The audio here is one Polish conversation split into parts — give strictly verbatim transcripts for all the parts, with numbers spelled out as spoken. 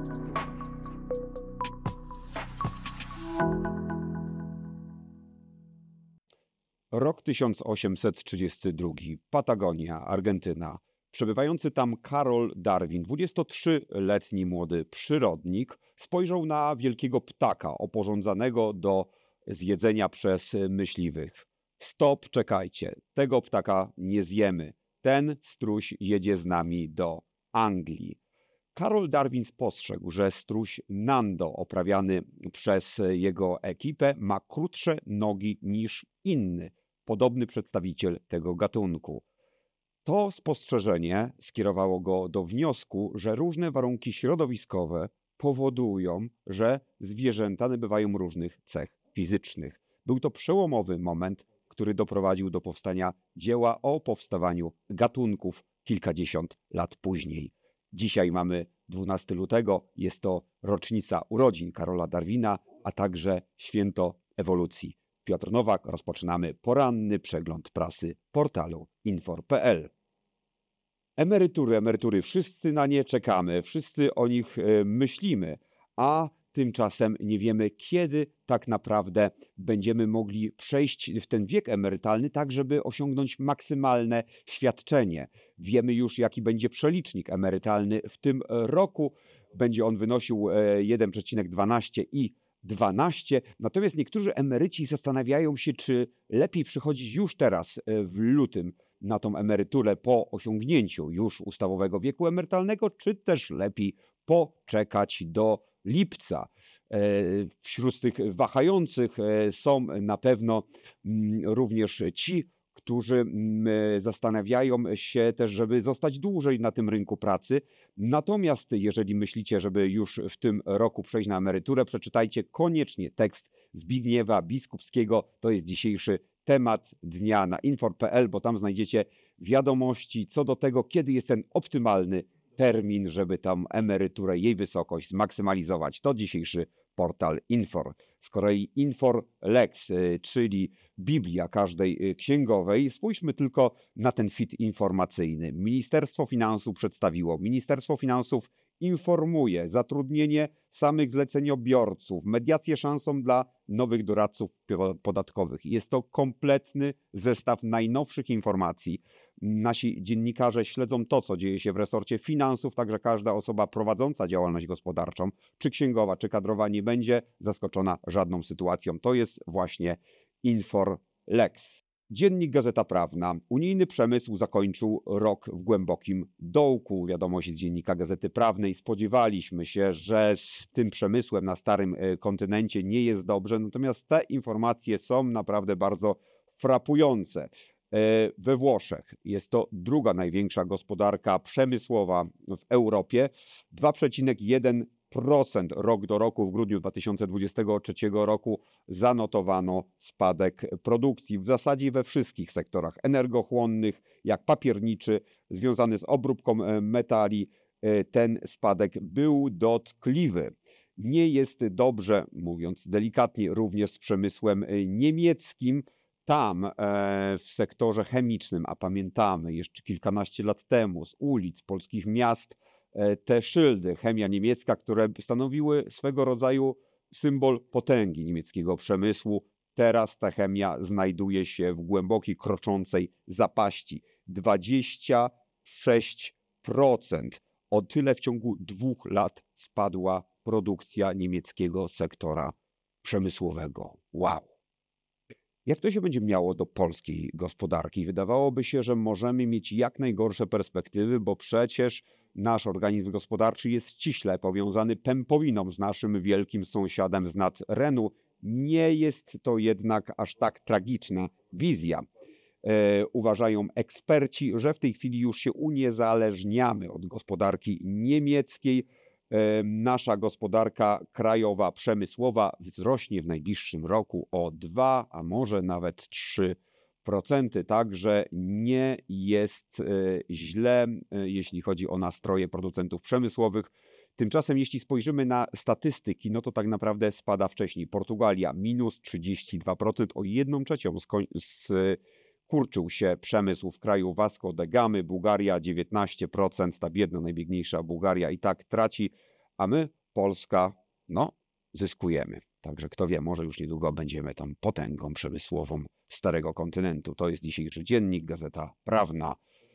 Rok tysiąc osiemset trzydziesty drugi. Patagonia, Argentyna. Przebywający tam Karol Darwin, dwudziestotrzyletni młody przyrodnik, spojrzał na wielkiego ptaka oporządzanego do zjedzenia przez myśliwych. Stop, czekajcie, tego ptaka nie zjemy. Ten struś jedzie z nami do Anglii. Karol Darwin spostrzegł, że struś Nando, oprawiany przez jego ekipę, ma krótsze nogi niż inny, podobny przedstawiciel tego gatunku. To spostrzeżenie skierowało go do wniosku, że różne warunki środowiskowe powodują, że zwierzęta nabywają różnych cech fizycznych. Był to przełomowy moment, który doprowadził do powstania dzieła o powstawaniu gatunków kilkadziesiąt lat później. Dzisiaj mamy dwunastego lutego, jest to rocznica urodzin Karola Darwina, a także święto ewolucji. Piotr Nowak, rozpoczynamy poranny przegląd prasy portalu infor kropka p l. Emerytury, emerytury, wszyscy na nie czekamy, wszyscy o nich myślimy, a tymczasem nie wiemy, kiedy tak naprawdę będziemy mogli przejść w ten wiek emerytalny, tak żeby osiągnąć maksymalne świadczenie. Wiemy już, jaki będzie przelicznik emerytalny w tym roku. Będzie on wynosił jeden przecinek dwanaście i dwanaście. Natomiast niektórzy emeryci zastanawiają się, czy lepiej przychodzić już teraz w lutym na tą emeryturę po osiągnięciu już ustawowego wieku emerytalnego, czy też lepiej poczekać do lipca. Wśród tych wahających są na pewno również ci, którzy zastanawiają się też, żeby zostać dłużej na tym rynku pracy. Natomiast jeżeli myślicie, żeby już w tym roku przejść na emeryturę, przeczytajcie koniecznie tekst Zbigniewa Biskupskiego. To jest dzisiejszy temat dnia na infor kropka p l, bo tam znajdziecie wiadomości co do tego, kiedy jest ten optymalny termin, żeby tam emeryturę, jej wysokość zmaksymalizować. To dzisiejszy portal Infor. Z kolei Infor Lex, czyli Biblia każdej księgowej. Spójrzmy tylko na ten fit informacyjny. Ministerstwo Finansów przedstawiło. Ministerstwo Finansów informuje zatrudnienie samych zleceniobiorców, mediację szansą dla nowych doradców podatkowych. Jest to kompletny zestaw najnowszych informacji. Nasi dziennikarze śledzą to, co dzieje się w resorcie finansów, także każda osoba prowadząca działalność gospodarczą, czy księgowa, czy kadrowa, nie będzie zaskoczona żadną sytuacją. To jest właśnie Infor Lex. Dziennik Gazeta Prawna. Unijny przemysł zakończył rok w głębokim dołku. Wiadomość z dziennika Gazety Prawnej. Spodziewaliśmy się, że z tym przemysłem na starym kontynencie nie jest dobrze, natomiast te informacje są naprawdę bardzo frapujące. We Włoszech jest to druga największa gospodarka przemysłowa w Europie. dwa przecinek jeden procent rok do roku w grudniu dwa tysiące dwudziestego trzeciego roku zanotowano spadek produkcji w zasadzie we wszystkich sektorach energochłonnych, jak papierniczy, związany z obróbką metali. Ten spadek był dotkliwy. Nie jest dobrze, mówiąc delikatnie, również z przemysłem niemieckim. Tam w sektorze chemicznym, a pamiętamy jeszcze kilkanaście lat temu z ulic polskich miast te szyldy, chemia niemiecka, które stanowiły swego rodzaju symbol potęgi niemieckiego przemysłu. Teraz ta chemia znajduje się w głębokiej, kroczącej zapaści. dwadzieścia sześć procent. O tyle w ciągu dwóch lat spadła produkcja niemieckiego sektora przemysłowego. Wow! Jak to się będzie miało do polskiej gospodarki? Wydawałoby się, że możemy mieć jak najgorsze perspektywy, bo przecież nasz organizm gospodarczy jest ściśle powiązany pępowiną z naszym wielkim sąsiadem z nad Renu. Nie jest to jednak aż tak tragiczna wizja. E, uważają eksperci, że w tej chwili już się uniezależniamy od gospodarki niemieckiej. Nasza gospodarka krajowa, przemysłowa wzrośnie w najbliższym roku o dwa, a może nawet trzy procent. Także nie jest źle, jeśli chodzi o nastroje producentów przemysłowych. Tymczasem jeśli spojrzymy na statystyki, no to tak naprawdę spada wcześniej. Portugalia minus trzydzieści dwa procent, o jedną trzecią skurczył się przemysł w kraju Vasco da Gamy. Bułgaria dziewiętnaście procent, ta biedna, najbiedniejsza Bułgaria i tak traci, a my Polska, no, zyskujemy. Także kto wie, może już niedługo będziemy tą potęgą przemysłową starego kontynentu. To jest dzisiejszy dziennik, Gazeta Prawna.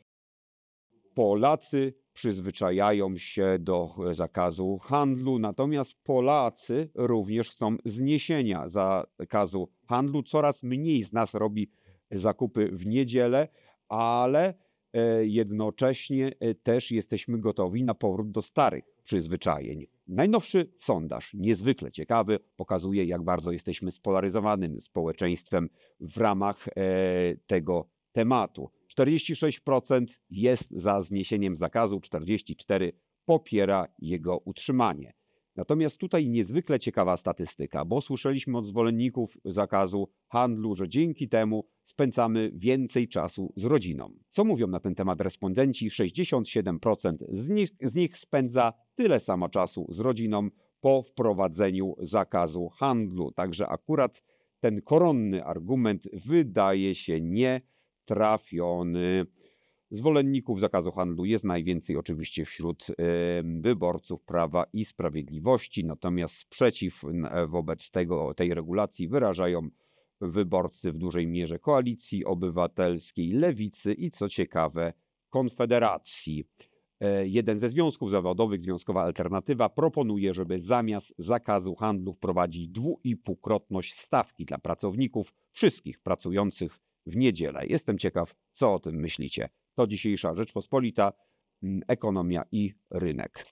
Polacy przyzwyczajają się do zakazu handlu, natomiast Polacy również chcą zniesienia zakazu handlu. Coraz mniej z nas robi zakupy w niedzielę, ale jednocześnie też jesteśmy gotowi na powrót do starych przyzwyczajeń. Najnowszy sondaż, niezwykle ciekawy, pokazuje, jak bardzo jesteśmy spolaryzowanym społeczeństwem w ramach tego tematu. czterdzieści sześć procent jest za zniesieniem zakazu, czterdzieści cztery procent popiera jego utrzymanie. Natomiast tutaj niezwykle ciekawa statystyka, bo słyszeliśmy od zwolenników zakazu handlu, że dzięki temu spędzamy więcej czasu z rodziną. Co mówią na ten temat respondenci? sześćdziesiąt siedem procent z nich, z nich spędza tyle samo czasu z rodziną po wprowadzeniu zakazu handlu. Także akurat ten koronny argument wydaje się nietrafiony. Zwolenników zakazu handlu jest najwięcej oczywiście wśród wyborców Prawa i Sprawiedliwości, natomiast sprzeciw wobec tego, tej regulacji wyrażają wyborcy w dużej mierze Koalicji Obywatelskiej, Lewicy i co ciekawe Konfederacji. Jeden ze związków zawodowych, Związkowa Alternatywa, proponuje, żeby zamiast zakazu handlu wprowadzić dwuipółkrotność stawki dla pracowników wszystkich pracujących w niedzielę. Jestem ciekaw, co o tym myślicie. To dzisiejsza Rzeczpospolita, ekonomia i rynek.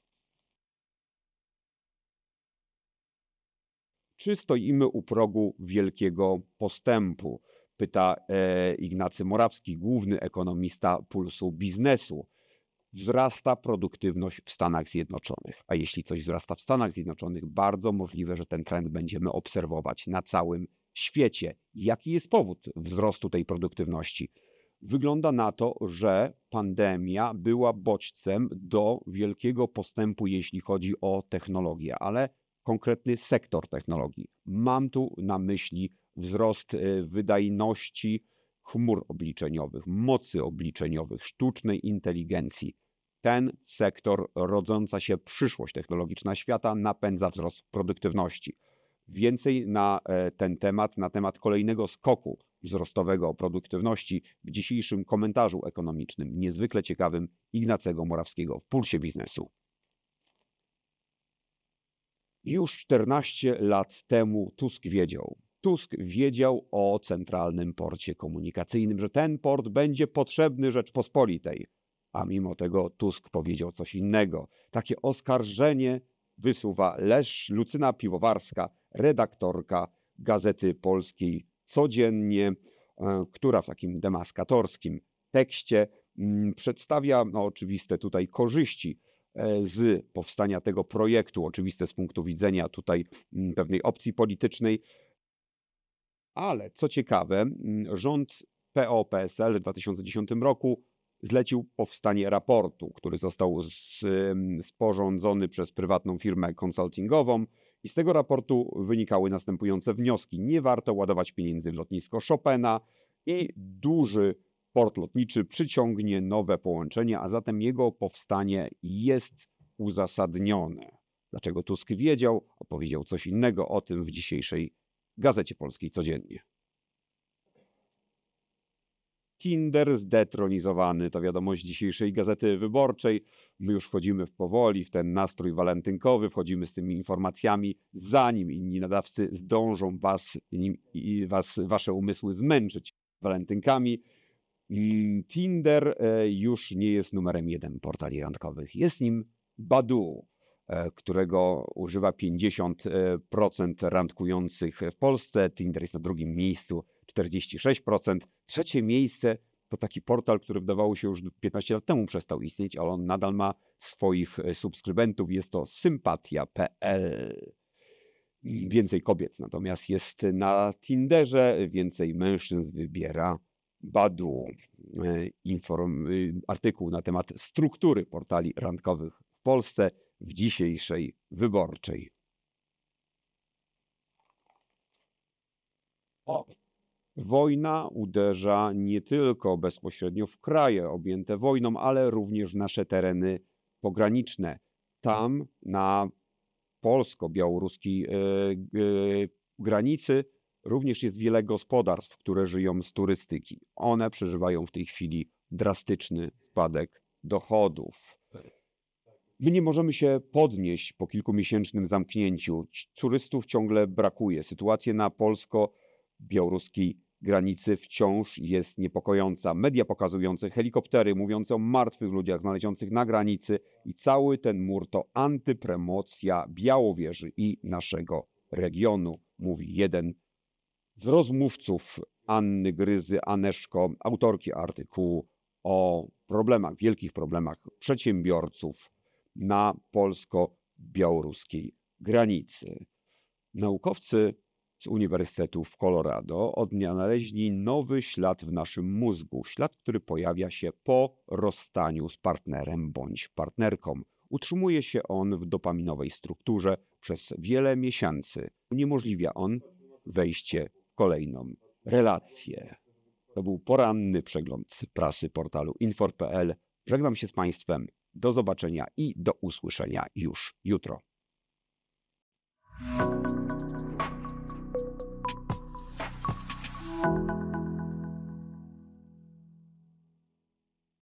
Czy stoimy u progu wielkiego postępu? Pyta e, Ignacy Morawski, główny ekonomista Pulsu Biznesu. Wzrasta produktywność w Stanach Zjednoczonych. A jeśli coś wzrasta w Stanach Zjednoczonych, bardzo możliwe, że ten trend będziemy obserwować na całym świecie. Jaki jest powód wzrostu tej produktywności? Wygląda na to, że pandemia była bodźcem do wielkiego postępu, jeśli chodzi o technologię, ale konkretny sektor technologii. Mam tu na myśli wzrost wydajności chmur obliczeniowych, mocy obliczeniowych, sztucznej inteligencji. Ten sektor, rodząca się przyszłość technologiczna świata, napędza wzrost produktywności. Więcej na ten temat, na temat kolejnego skoku wzrostowego produktywności w dzisiejszym komentarzu ekonomicznym, niezwykle ciekawym Ignacego Morawskiego w Pulsie Biznesu. Już czternaście lat temu Tusk wiedział. Tusk wiedział o Centralnym Porcie Komunikacyjnym, że ten port będzie potrzebny Rzeczpospolitej. A mimo tego Tusk powiedział coś innego. Takie oskarżenie wysuwa Lesz Lucyna Piwowarska, redaktorka Gazety Polskiej Codziennie, która w takim demaskatorskim tekście przedstawia no, oczywiste tutaj korzyści z powstania tego projektu, oczywiste z punktu widzenia tutaj pewnej opcji politycznej. Ale co ciekawe, rząd P O P S L w dwa tysiące dziesiątym roku zlecił powstanie raportu, który został sporządzony przez prywatną firmę konsultingową i z tego raportu wynikały następujące wnioski. Nie warto ładować pieniędzy w lotnisko Chopina i duży port lotniczy przyciągnie nowe połączenia, a zatem jego powstanie jest uzasadnione. Dlaczego Tusk wiedział? Opowiedział coś innego o tym w dzisiejszej Gazecie Polskiej Codziennie. Tinder zdetronizowany, to wiadomość dzisiejszej Gazety Wyborczej. My już wchodzimy powoli w ten nastrój walentynkowy, wchodzimy z tymi informacjami, zanim inni nadawcy zdążą was, was wasze umysły zmęczyć walentynkami. Tinder już nie jest numerem jeden portali randkowych. Jest nim Badoo, którego używa pięćdziesiąt procent randkujących w Polsce. Tinder jest na drugim miejscu, czterdzieści sześć procent. Trzecie miejsce to taki portal, który wydawało się już piętnaście lat temu przestał istnieć, ale on nadal ma swoich subskrybentów. Jest to sympatia kropka p l. Więcej kobiet natomiast jest na Tinderze, więcej mężczyzn wybiera Badoo. Inform, artykuł na temat struktury portali randkowych w Polsce w dzisiejszej Wyborczej. O. Wojna uderza nie tylko bezpośrednio w kraje objęte wojną, ale również w nasze tereny pograniczne. Tam na polsko-białoruskiej e, e, granicy również jest wiele gospodarstw, które żyją z turystyki. One przeżywają w tej chwili drastyczny spadek dochodów. My nie możemy się podnieść po kilkumiesięcznym zamknięciu. Turystów ciągle brakuje. Sytuacja na polsko-białoruskiej granicy wciąż jest niepokojąca. Media pokazujące helikoptery, mówiące o martwych ludziach znalezionych na granicy i cały ten mur to antypromocja Białowieży i naszego regionu, mówi jeden z rozmówców Anny Gryzy Aneszko, autorki artykułu o problemach, wielkich problemach przedsiębiorców na polsko-białoruskiej granicy. Naukowcy z Uniwersytetu w Colorado odnaleźli nowy ślad w naszym mózgu. Ślad, który pojawia się po rozstaniu z partnerem bądź partnerką. Utrzymuje się on w dopaminowej strukturze przez wiele miesięcy. Uniemożliwia on wejście w kolejną relację. To był poranny przegląd prasy portalu infor kropka p l. Żegnam się z Państwem. Do zobaczenia i do usłyszenia już jutro.